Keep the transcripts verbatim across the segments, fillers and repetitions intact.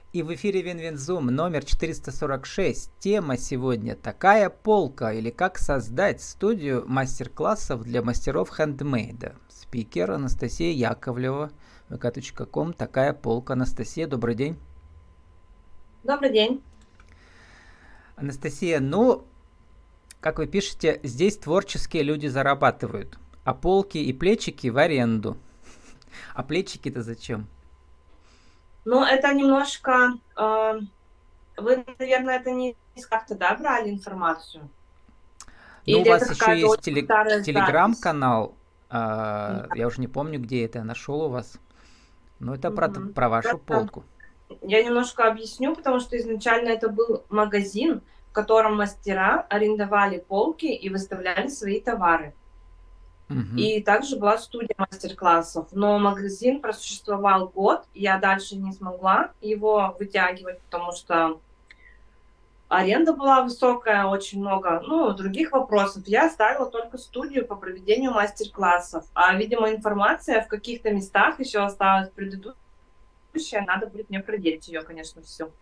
И в эфире Винвинзум номер четыреста сорок шесть. Тема сегодня «Такая полка» или «Как создать студию мастер-классов для мастеров хендмейда». Спикер Анастасия Яковлева, вэ ка точка ком, «Такая полка». Анастасия, добрый день. Добрый день. Анастасия, ну, как вы пишете, здесь творческие люди зарабатывают, а полки и плечики в аренду. А плечики-то зачем? Ну, это немножко... Э, вы, наверное, это не из как-то, да, брали информацию? Ну, у Или это вас еще какая-то есть очень теле- старая запись? телеграм-канал. а, Да. я уже не помню, где это я нашел у вас. Но это про, т- Мгм. про вашу Да. полку. Я немножко объясню, потому что изначально это был магазин, в котором мастера арендовали полки и выставляли свои товары. Мгм. И также была студия мастер-классов. Но магазин просуществовал год, и я дальше не смогла его вытягивать, потому что аренда была высокая, очень много, ну, других вопросов. Я оставила только студию по проведению мастер-классов. А, видимо, информация в каких-то местах еще осталась предыдущая. Надо будет мне проверить ее, конечно, все.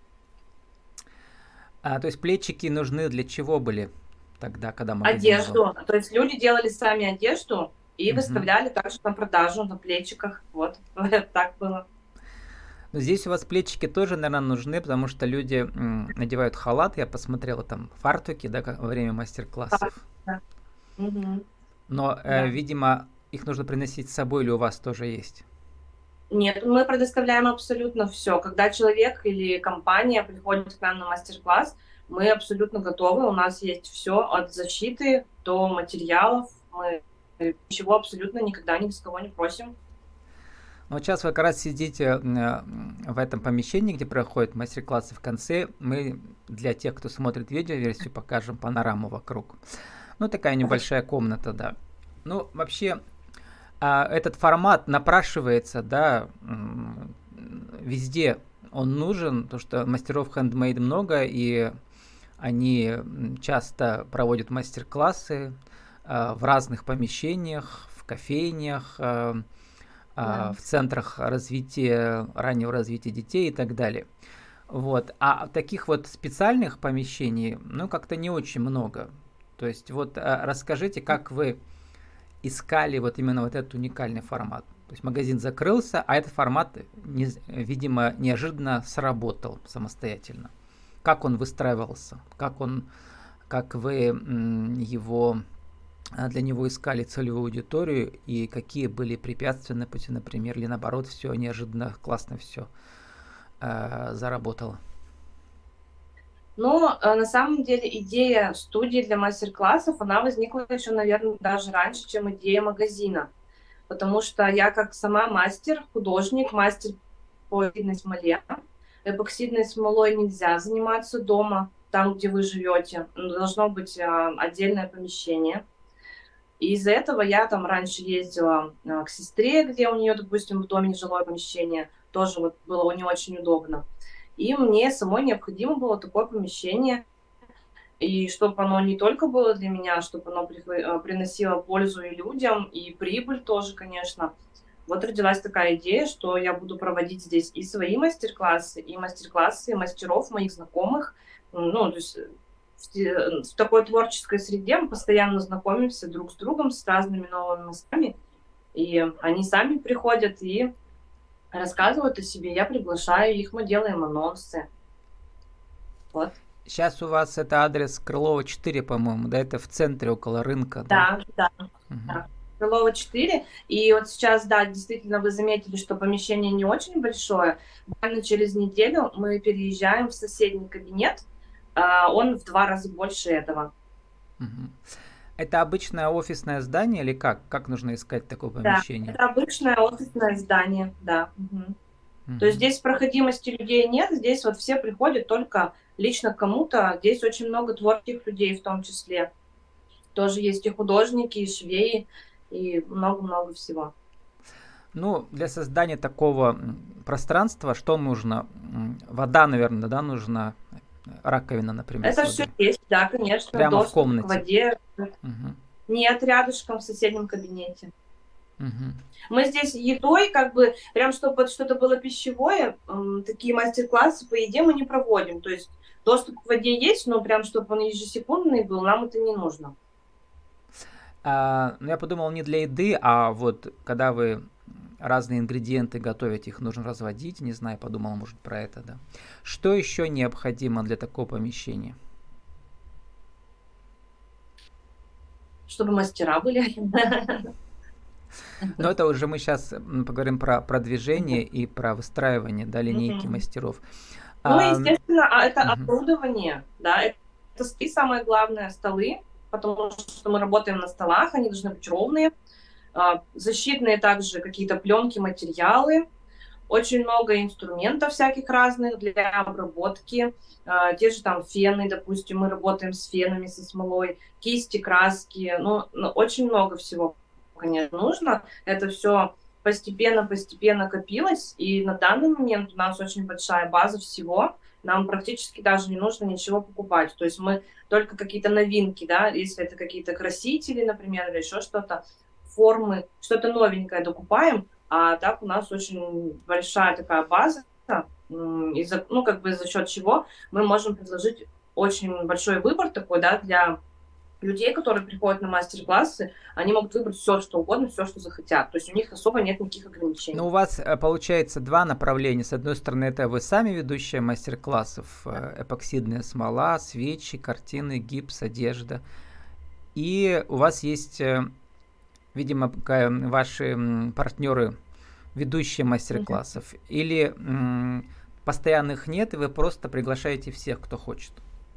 А, то есть плечики нужны для чего были тогда, когда магазин был? Одежду. То есть люди делали сами одежду и Мгм. выставляли также на продажу на плечиках. Вот, так было. Но здесь у вас плечики тоже, наверное, нужны, потому что люди м, надевают халат. Я посмотрела там фартуки, да, как- во время Да, мастер-классов. да. Мгм. Но, э, Да. видимо, их нужно приносить с собой или у вас тоже есть? Нет, мы предоставляем абсолютно все. Когда человек или компания приходит к нам на мастер-класс, мы абсолютно готовы. У нас есть все от защиты до материалов. Мы ничего абсолютно никогда ни с кого не просим. Ну, вот сейчас вы как раз сидите э, в этом помещении, где проходят мастер-классы. В конце мы для тех, кто смотрит видеоверсию, покажем панораму вокруг. Ну, такая Хорошо. небольшая комната, да. Ну, вообще, а, этот формат напрашивается, да, м, везде он нужен, потому что мастеров хендмейд много, и они м, часто проводят мастер-классы а, в разных помещениях, в кофейнях, а, а, Да. в центрах развития, раннего развития детей и так далее. Вот. А таких вот специальных помещений, ну, как-то не очень много. То есть вот а, расскажите, как вы искали вот именно вот этот уникальный формат. То есть магазин закрылся, а этот формат, не- видимо, неожиданно сработал самостоятельно. Как он выстраивался? Как он, как вы м, его а, для него искали целевую аудиторию и какие были препятствия на пути, например, или наоборот, все неожиданно классно все э, заработало. Но э, на самом деле идея студии для мастер-классов, она возникла еще, наверное, даже раньше, чем идея магазина. Потому что я как сама мастер, художник, мастер по эпоксидной смоле. Эпоксидной смолой нельзя заниматься дома, там, где вы живете. Должно быть а, отдельное помещение. И из-за этого я там раньше ездила а, к сестре, где у нее, допустим, в доме жилое помещение. Тоже вот было не очень удобно. И мне самой необходимо было такое помещение, и чтобы оно не только было для меня, чтобы оно приносило пользу и людям, и прибыль тоже, конечно. Вот родилась такая идея, что я буду проводить здесь и свои мастер-классы, и мастер-классы мастеров, моих знакомых. Ну, то есть э, в, те- в такой творческой среде мы постоянно знакомимся друг с другом, с разными новыми мастерами. И они сами приходят и рассказывают о себе. Я приглашаю их, мы делаем анонсы. Вот. Сейчас у вас это адрес Крылова четыре, по-моему, да, это в центре около рынка, да? Да, да. Мгм. Да. Крылова четыре. И вот сейчас, да, действительно, вы заметили, что помещение не очень большое. Буквально через неделю мы переезжаем в соседний кабинет. А, Он в два раза больше этого. Мгм. Это обычное офисное здание или как? Как нужно искать такое Да, помещение? это обычное офисное здание, да. Мгм. То есть Мгм. здесь проходимости людей нет, здесь вот все приходят только лично к кому-то. Здесь очень много творческих людей в том числе. Тоже есть и художники, и швеи, и много-много всего. Ну, для создания такого м, пространства что нужно? М, Вода, наверное, да, нужна. Раковина, например, с Это все водой. есть, да, конечно, Прямо в доступ к комнате. воде. Мгм. Нет, рядышком в соседнем кабинете. Мгм. Мы здесь едой, как бы, прям чтобы вот что-то было пищевое, м, такие мастер-классы по еде мы не проводим. То есть доступ к воде есть, но прям чтобы он ежесекундный был, нам это не нужно. А, ну, я подумал не для еды, а вот когда вы разные ингредиенты готовите, их нужно разводить, не знаю, подумал, может, про это, да. Что еще необходимо для такого помещения? Чтобы мастера были. Но это уже мы сейчас поговорим про продвижение и про выстраивание, да, линейки Мгм. мастеров. Ну, А, естественно, а это мгм. оборудование, да, это столы, самое главное, столы, потому что мы работаем на столах, они должны быть ровные, а, защитные также какие-то пленки, материалы, очень много инструментов всяких разных для обработки, а, те же там фены, допустим, мы работаем с фенами, со смолой, кисти, краски, ну, ну, очень много всего, конечно, нужно. Это все постепенно-постепенно копилось, и на данный момент у нас очень большая база всего, нам практически даже не нужно ничего покупать. То есть мы только какие-то новинки, да, если это какие-то красители, например, или еще что-то, формы, что-то новенькое докупаем, а так у нас очень большая такая база, из-за, ну, как бы за счет чего мы можем предложить очень большой выбор такой, да, для людей, которые приходят на мастер-классы, они могут выбрать все, что угодно, все, что захотят. То есть у них особо нет никаких Ну, ограничений. у вас э, получается два направления. С одной стороны, это вы сами ведущие мастер-классов, э, эпоксидная смола, свечи, картины, гипс, одежда. И у вас есть, э, видимо, пока ваши м, партнеры, ведущие Мгм. мастер-классов. Или м, постоянных нет, и вы просто приглашаете всех, кто хочет.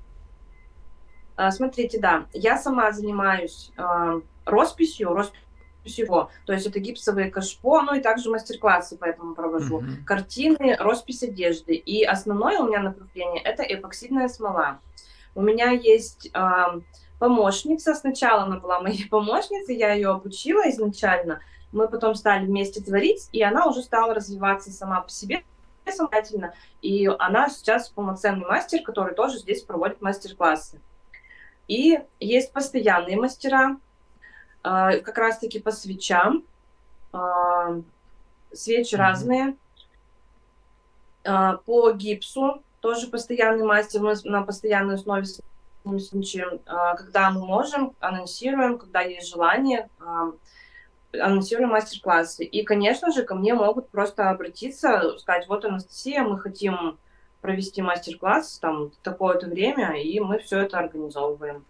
А, Смотрите, да, я сама занимаюсь а, росписью, росписью всего. То есть это гипсовые кашпо, ну и также мастер-классы поэтому провожу. Мгм. Картины, роспись одежды. И основное у меня направление – это эпоксидная смола. У меня есть а, помощница. Сначала она была моей помощницей, я ее обучила изначально. Мы потом стали вместе творить, и она уже стала развиваться сама по себе самостоятельно. И она сейчас полноценный мастер, который тоже здесь проводит мастер-классы. И есть постоянные мастера, а, как раз-таки по свечам. А, Свечи Мгм. разные. А, По гипсу тоже постоянный мастер. Мы на постоянной основе с ним сотрудничаем. А, Когда мы можем, анонсируем, когда есть желание, а, анонсируем мастер-классы. И, конечно же, ко мне могут просто обратиться, сказать: вот, Анастасия, мы хотим провести мастер-класс там в такое-то время, и мы все это организовываем.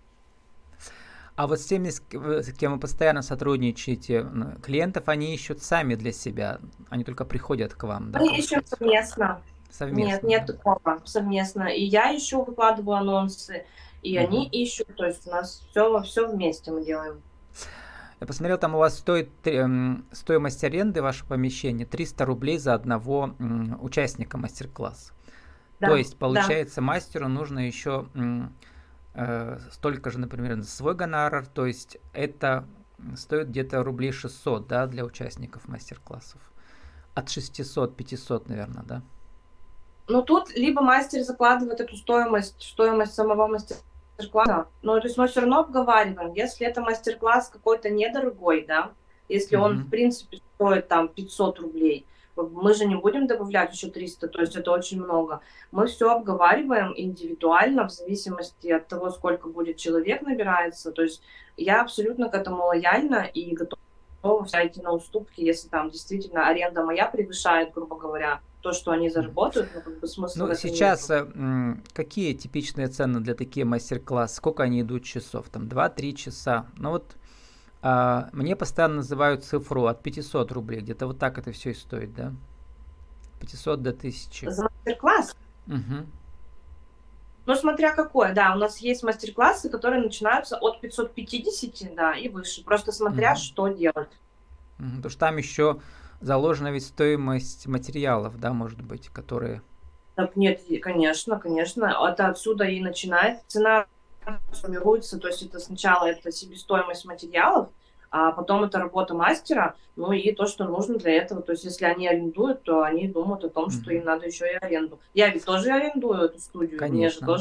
А вот с теми, с к- вы- с кем вы постоянно сотрудничаете, м, клиентов они ищут сами для себя, они только приходят к вам, да, Мы ищем получается? совместно. Нет, Совместно, нет да? такого совместно. И я ищу, выкладываю анонсы, и они Мгм. ищут. То есть у нас все, все вместе мы делаем. Я посмотрел, там у вас стоит три- м, стоимость аренды вашего помещения триста рублей за одного м, участника мастер-класса. То Да, есть, да. получается, мастеру нужно еще м, э, столько же, например, на свой гонорар, то есть это м, стоит где-то рублей шестьсот, да, для участников мастер-классов. От шестисот пятисот, наверное, да? Но тут либо мастер закладывает эту стоимость, в стоимость самого мастер-класса, но то есть мы все равно обговариваем, если это мастер-класс какой-то недорогой, да, если он, в Мгм. принципе, стоит там пятьсот рублей, мы же не будем добавлять еще триста, то есть это очень много. Мы все обговариваем индивидуально в зависимости от того, сколько будет человек набирается. То есть я абсолютно к этому лояльна и готова вся идти на уступки, если там действительно аренда моя превышает, грубо говоря, то, что они Мгм. заработают, ну, как бы смысла в Ну, этом сейчас нету. э, м, какие типичные цены для таких мастер-классов? Сколько они идут часов? Там два-три часа. Ну вот а, мне постоянно называют цифру от пятисот рублей. Где-то вот так это все и стоит, да? пятьсот до тысячи. За мастер-класс? Мгм. Ну, смотря какой, да, у нас есть мастер-классы, которые начинаются от пятьсот пятьдесят, да, и выше, просто смотря, Мгм. что делать. Мгм. Потому что там еще заложена ведь стоимость материалов, да, может быть, которые... Так, нет, и- конечно, конечно, это отсюда и начинает цена формируется, то есть это сначала это себестоимость материалов, а потом это работа мастера, ну и то, что нужно для этого. То есть если они арендуют, то они думают о том, что Мгм. им надо еще и аренду. Я ведь тоже арендую эту студию, мне же Конечно. тоже надо.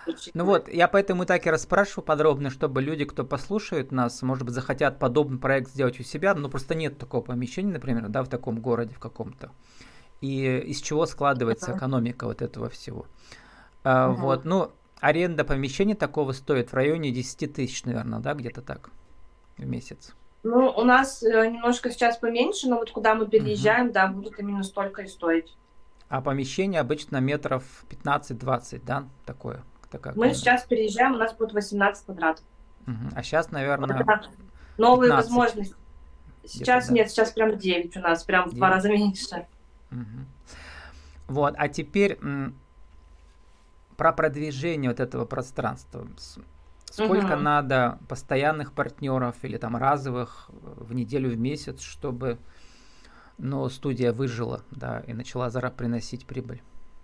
Ну вот, я поэтому и так и расспрашиваю подробно, чтобы люди, кто послушают нас, может быть, захотят подобный проект сделать у себя, но просто нет такого помещения, например, да, в таком городе в каком-то. И из чего складывается экономика вот этого всего. А, Мгм. вот, ну, аренда помещения такого стоит в районе десять тысяч, наверное, да, где-то так в месяц. Ну, у нас э, немножко сейчас поменьше, но вот куда мы Мгм. переезжаем, да, будет именно столько и стоить. А помещение обычно метров пятнадцать-двадцать, да, такое, такая Мы комната. сейчас переезжаем, у нас будет восемнадцать квадратов. Мгм. А сейчас, Вот наверное, это новые пятнадцать возможности. где-то, Сейчас да, нет, сейчас прям девять у нас, прям в два девять. раза меньше. Мгм. Вот, а теперь м, про продвижение вот этого пространства. С- Сколько Мгм. надо постоянных партнеров или там разовых э, в неделю, в месяц, чтобы, ну, студия выжила, да, и начала зара приносить прибыль?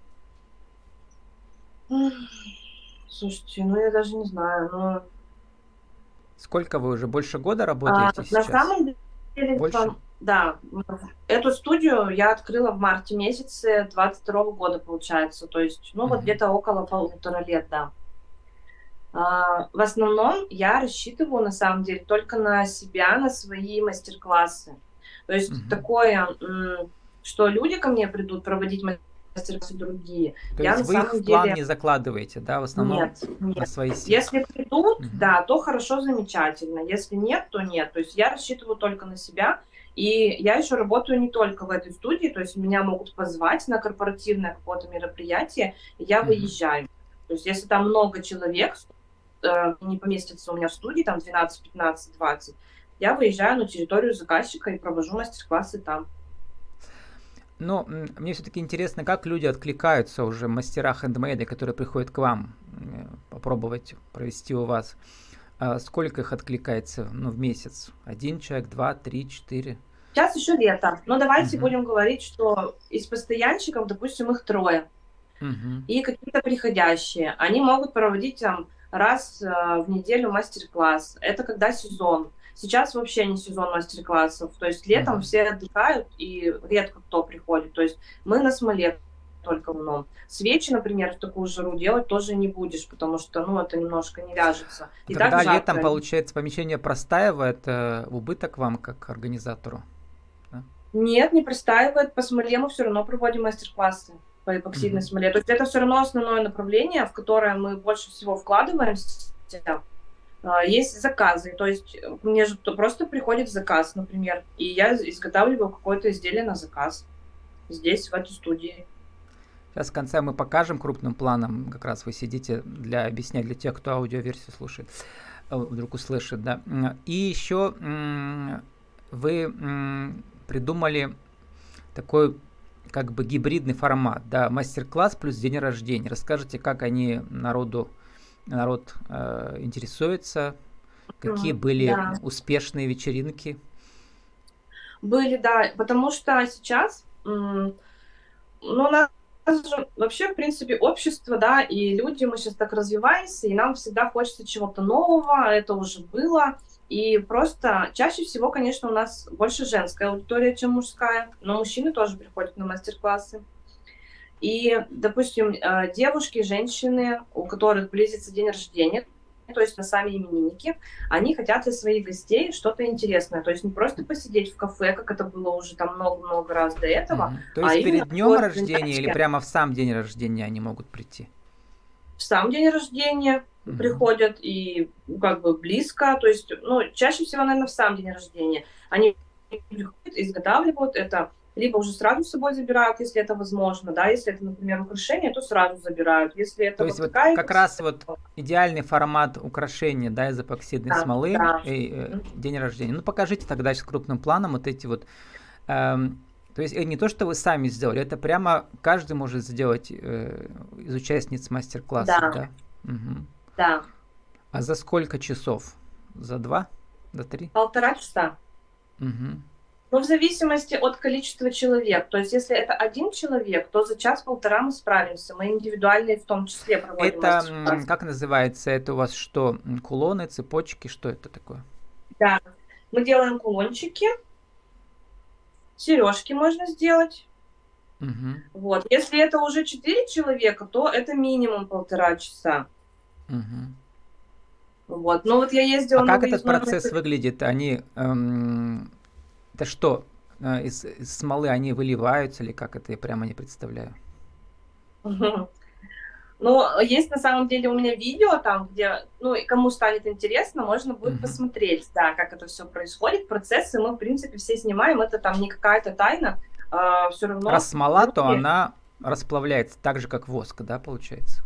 М, Слушайте, ну я даже не знаю. Ну, Сколько вы уже? Больше года а, работаете на сейчас? самом деле, Больше? вам- да, м, эту студию я открыла в марте месяце двадцать второго года, получается. То есть, ну вот Мгм. где-то около полутора лет, да. А, в основном я рассчитываю, на самом деле, только на себя, на свои мастер-классы. То есть Мгм. такое, м, что люди ко мне придут проводить мастер-классы другие. То Я есть на вы их самом в план деле не закладываете, да, в основном нет, на нет. свои силы? Если придут, Мгм. да, то хорошо, замечательно. Если нет, то нет. То есть я рассчитываю только на себя. И я еще работаю не только в этой студии, то есть меня могут позвать на корпоративное какое-то мероприятие, и я Мгм. выезжаю. То есть если там много человек, э, не поместится у меня в студии, там двенадцать, пятнадцать, двадцать, я выезжаю на территорию заказчика и провожу мастер-классы там. Но м, мне все-таки интересно, как люди откликаются уже, мастера хендмейда, которые приходят к вам э, попробовать провести у вас. А сколько их откликается, ну, в месяц? Один человек, два, три, четыре? Сейчас еще лето, но давайте Мгм. будем говорить, что из постоянщиков, допустим, их трое. Мгм. И какие-то приходящие. Они могут проводить там раз э, в неделю мастер-класс. Это когда сезон. Сейчас вообще не сезон мастер-классов. То есть летом Мгм. все отдыхают и редко кто приходит. То есть мы на смоле только в свечи, например, в такую жару делать тоже не будешь, потому что, ну, это немножко не вяжется. А И так когда летом, жарко. получается, помещение простаивает, э, убыток вам как организатору? Да? Нет, не простаивает. По смоле мы все равно проводим мастер-классы по эпоксидной Мгм. смоле. То есть это все равно основное направление, в которое мы больше всего вкладываемся. А, Есть заказы, то есть э, мне же то- просто приходит заказ, например, и я изготавливаю какое-то изделие на заказ здесь, в этой студии. Сейчас в конце мы покажем крупным планом, как раз вы сидите для объяснять для тех, кто аудиоверсию слушает, э, вдруг услышит, да. М, И еще м, вы м, придумали такой как бы гибридный формат, да, мастер-класс плюс день рождения. Расскажите, как они народу, народ э, интересуется, какие Мгм. были Да, успешные вечеринки. были, да, потому что сейчас, м, ну, у нас же вообще, в принципе, общество, да, и люди, мы сейчас так развиваемся, и нам всегда хочется чего-то нового, а это уже было. И просто чаще всего, конечно, у нас больше женская аудитория, чем мужская, но мужчины тоже приходят на мастер-классы. И, допустим, э, девушки, женщины, у которых близится день рождения, то есть на сами именинники, они хотят для своих гостей что-то интересное. То есть не просто посидеть в кафе, как это было уже там много-много раз до этого, Мгм. То а есть именно перед днем какое-то рождения или занятие. прямо в сам день рождения они могут прийти? В сам день рождения Мгм. приходят и ну, как бы близко. То есть, ну, чаще всего, наверное, в сам день рождения. Они приходят, изготавливают это, либо уже сразу с собой забирают, если это возможно, да, если это, например, украшение, то сразу забирают, если это То есть вот вот такая как эпоксидная, раз вот идеальный формат украшения, да, из эпоксидной да, смолы, да. и, э, Мгм. день рождения. Ну, покажите тогда сейчас крупным планом вот эти вот. эм, то есть э, не то, что вы сами сделали, это прямо каждый может сделать э, из участниц мастер-классов, Да, да? Мгм. да. А за сколько часов? За два? За три? Полтора часа. Мгм. Ну, в зависимости от количества человек. То есть, если это один человек, то за час-полтора мы справимся. Мы индивидуальные в том числе проводим Это, м, мастер-класс. как называется, это у вас что, м, кулоны, цепочки, что это такое? Да. Мы делаем кулончики, сережки можно сделать. Мгм. Вот. Если это уже четыре человека, то это минимум полтора часа. Мгм. Вот. Ну вот я ездила А на как этот выездной процесс мастер- выглядит? Они, эм, это что, э, из, из смолы они выливаются или как это? Я прямо не представляю. Ну, есть на самом деле у меня видео там, где, ну, и кому станет интересно, можно будет Мгм. посмотреть, да, как это все происходит, процессы мы, в принципе, все снимаем, это там не какая-то тайна, все равно Раз смола, то люди, она расплавляется так же, как воск, да, получается?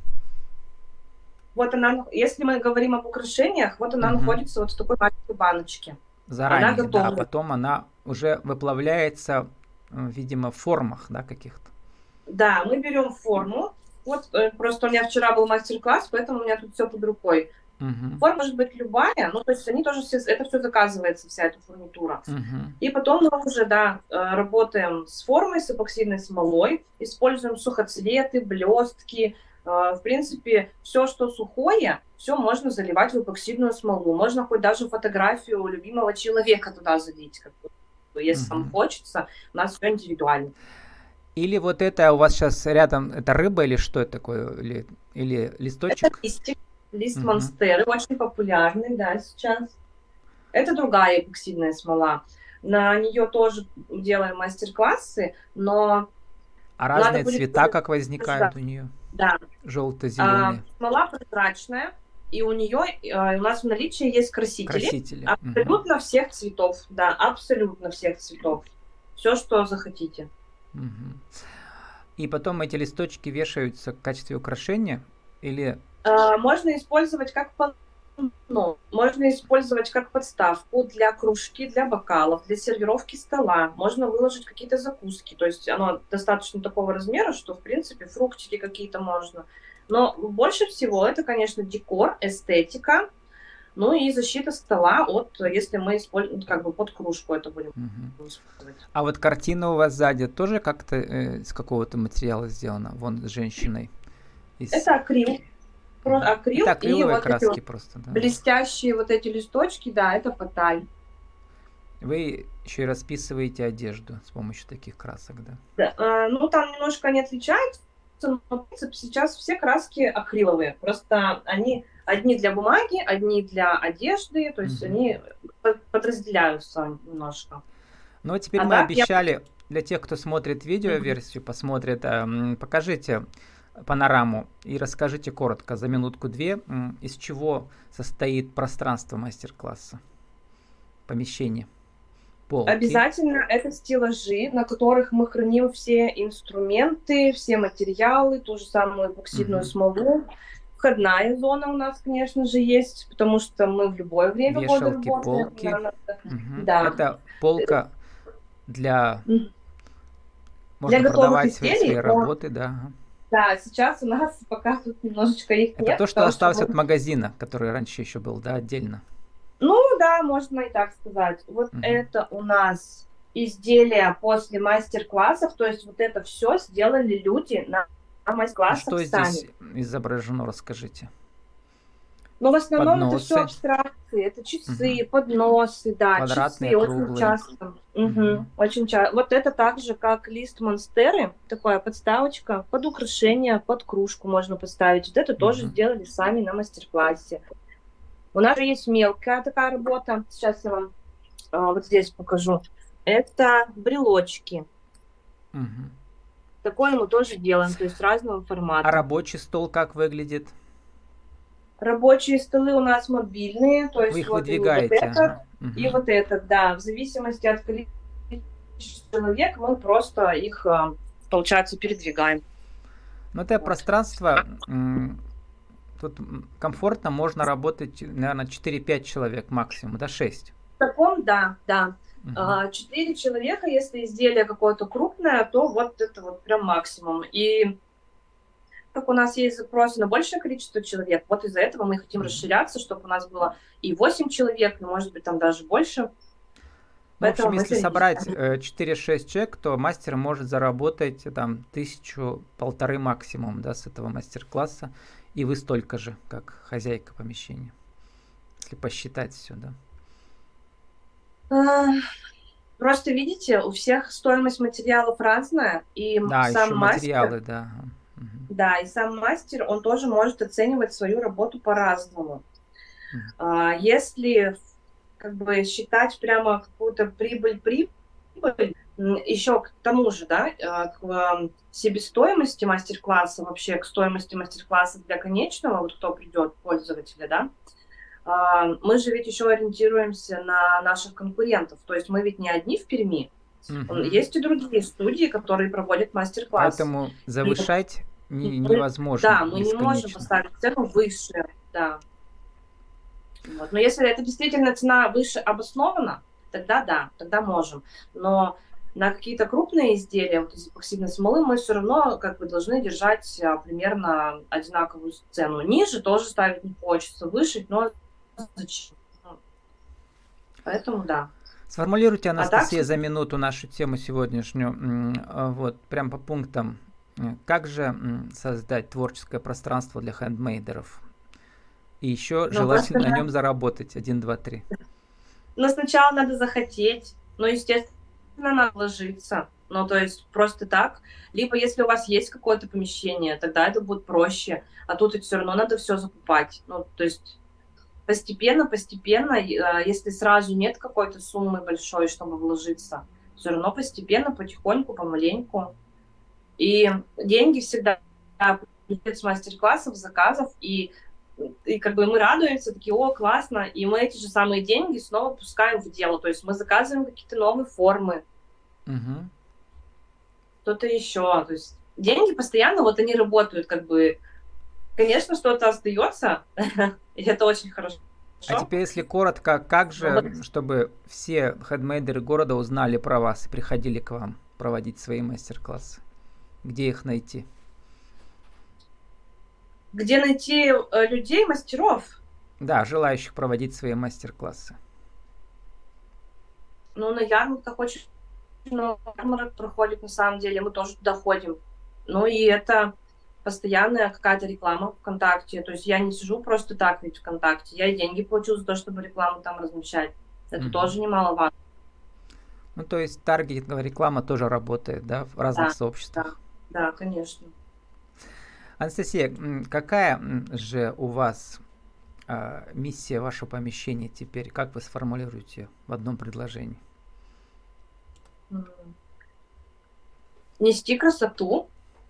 вот она, если мы говорим об украшениях, вот она Мгм. находится вот в такой маленькой баночке, она Заранее, да, а готова. потом она уже выплавляется, э, видимо, в формах, да, каких-то. Да, мы берем форму, вот э, просто у меня вчера был мастер-класс, поэтому у меня тут все под рукой. Мгм. Форма может быть любая, ну, то есть они тоже все, это все заказывается, вся эта фурнитура. Мгм. И потом мы уже, да, э, работаем с формой, с эпоксидной смолой, используем сухоцветы, блестки. Э, В принципе, все, что сухое, все можно заливать в эпоксидную смолу. Можно хоть даже фотографию любимого человека туда залить, как бы, если вам Мгм. хочется. У нас все индивидуально. Или вот это у вас сейчас рядом, это рыба или что это такое? Или, или Это листочек? листик, лист Мгм. монстеры, очень популярный, да, сейчас. Это другая эпоксидная смола. На нее тоже делаем мастер-классы, но А надо разные будет цвета тоже как возникают ждать. у нее? Да. А, Желто-зеленые смола прозрачная, и у нее у нас в наличии есть красители красители. Мгм. абсолютно всех цветов. Да, абсолютно всех цветов. Все, что захотите. Мгм. И потом эти листочки вешаются в качестве украшения или... А, можно использовать как полотно, можно использовать как подставку для кружки, для бокалов, для сервировки стола. Можно выложить какие-то закуски. То есть оно достаточно такого размера, что, в принципе, фруктики какие-то можно. Но больше всего это, конечно, декор, эстетика, ну и защита стола от, если мы используем, как бы под кружку это будем Мгм. использовать. А вот картина у вас сзади тоже как-то э, из какого-то материала сделана? Вон с женщиной. Из... Это акрил, про- Мгм. акрил Это и акриловые вот эти краски вот просто, да. блестящие вот эти листочки, да, это поталь. Вы еще и расписываете одежду с помощью таких красок, да? Да, а, ну, там немножко они отличаются, но, в принципе, сейчас все краски акриловые. Просто они одни для бумаги, одни для одежды, то есть Мгм. они по- подразделяются немножко. Ну, а теперь А мы так я... обещали, для тех, кто смотрит Мгм. видеоверсию, посмотрит, эм, покажите панораму и расскажите коротко, за минутку-две, м, из чего состоит пространство мастер-класса, помещение, полки. Обязательно это стеллажи, на которых мы храним все инструменты, все материалы, ту же самую эпоксидную Мгм. смолу. Входная зона у нас, конечно же, есть, потому что мы в любое время года Вешалки, работаем. полки. Да, Мгм. да. Это полка для... Мгм. Для Можно готовых продавать свои, свои изделий, но работы, да. Ага. да, сейчас у нас пока тут немножечко их Это нет, то, что потому что осталось мы... от магазина, который раньше еще был, да, отдельно. Ну да, можно и так сказать. Вот Мгм. это у нас изделия после мастер-классов, то есть вот это все сделали люди на, на А мастер-классах что здесь сами. изображено, расскажите. Но в основном это все Подносы. абстракции, это Мгм. часы, подносы, да, Квадратные, часы очень круглые. часто. Мгм. Мгм, очень часто. Вот это так же, как лист монстеры, такая подставочка под украшение, под кружку можно поставить. Вот это тоже Мгм. сделали сами на мастер-классе. У нас же есть мелкая такая работа. Сейчас я вам а, вот здесь покажу. Это брелочки. Мгм. Такое мы тоже делаем, то есть разного А формата. рабочий стол как выглядит? Рабочие столы у нас мобильные, то Вы есть их вот и вот выдвигаете, этот, ага. и Мгм. вот этот, да. В зависимости от количества человек мы просто их, а, получается, передвигаем. Но это Вот. пространство, м, тут м, комфортно можно работать, наверное, четыре-пять человек максимум, да, шесть. В таком, да, да. Мгм. А, Четыре человека, если изделие какое-то крупное, то вот это вот прям максимум. И как у нас есть запросы на большее количество человек, вот из-за этого мы хотим Мгм. расширяться, чтобы у нас было и восемь человек, и, может быть, там даже больше. Ну, в Поэтому общем, мы если следим. собрать э, четыре-шесть человек, то мастер может заработать э, там тысячу-полторы максимум, да, с этого мастер-класса. И вы столько же, как хозяйка помещения, если посчитать все, да. А, Просто видите, у всех стоимость материалов разная, и Да, еще сам мастер, материалы, да. Да, и сам мастер, он тоже может оценивать свою работу по-разному. Uh-huh. Если как бы считать прямо какую-то прибыль-прибыль, еще к тому же, да, к себестоимости мастер-класса, вообще к стоимости мастер-класса для конечного, вот кто придет, пользователя, да, мы же ведь еще ориентируемся на наших конкурентов, то есть мы ведь не одни в Перми, uh-huh. есть и другие студии, которые проводят мастер-класс. Поэтому завышать и, невозможно. Да, мы не можем поставить цену выше, да. Вот. Но если это действительно цена выше обоснована, тогда да, тогда можем. Но на какие-то крупные изделия, вот из эпоксидной смолы, мы все равно как бы должны держать а, примерно одинаковую цену. Ниже тоже ставить не хочется, выше, но зачем? Поэтому да. Сформулируйте, Анастасия, а так, за минуту нашу тему сегодняшнюю, вот прям по пунктам. Как же создать творческое пространство для хендмейдеров? И еще ну, желательно на нем заработать. Один, два, три. Ну, сначала надо захотеть. Ну, естественно, надо вложиться. Ну, то есть просто так. Либо если у вас есть какое-то помещение, тогда это будет проще. А тут ведь все равно надо все закупать. Ну, то есть постепенно, постепенно, если сразу нет какой-то суммы большой, чтобы вложиться, все равно постепенно, потихоньку, помаленьку. И деньги всегда приходят с мастер-классов, заказов, и И как бы мы радуемся, такие, о, классно, и мы эти же самые деньги снова пускаем в дело, то есть мы заказываем какие-то новые формы, угу. что-то еще, то есть деньги постоянно, вот они работают, как бы, конечно, что-то остается, и это очень хорошо. А теперь, если коротко, как же, чтобы все хендмейдеры города узнали про вас и приходили к вам проводить свои мастер-классы? Где их найти? Где найти э, людей, мастеров? Да, желающих проводить свои мастер-классы. Ну, на ярмарках очень много ярмарок проходит, на самом деле, мы тоже туда ходим. Ну, и это постоянная какая-то реклама ВКонтакте. То есть я не сижу просто так ведь ВКонтакте. Я и деньги плачу за то, чтобы рекламу там размещать. Это угу. тоже немаловажно. Ну, то есть таргетинговая реклама тоже работает, да, в разных да, сообществах? Да, да, конечно. Анастасия, какая же у вас э, миссия вашего помещения теперь? Как вы сформулируете в одном предложении? Нести красоту.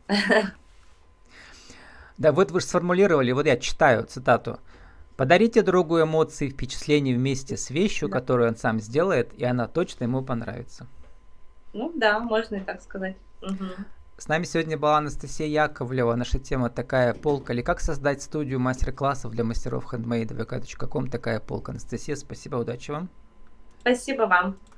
Да, вот вы же сформулировали, вот я читаю цитату. Подарите другу эмоции, впечатления вместе с вещью, да. которую он сам сделает, и она точно ему понравится. Ну да, можно и так сказать. Угу. С нами сегодня была Анастасия Яковлева. Наша тема такая полка. Или как создать студию мастер-классов для мастеров хендмейда. вэ ка точка ком такая полка. Анастасия, спасибо, удачи вам. Спасибо вам.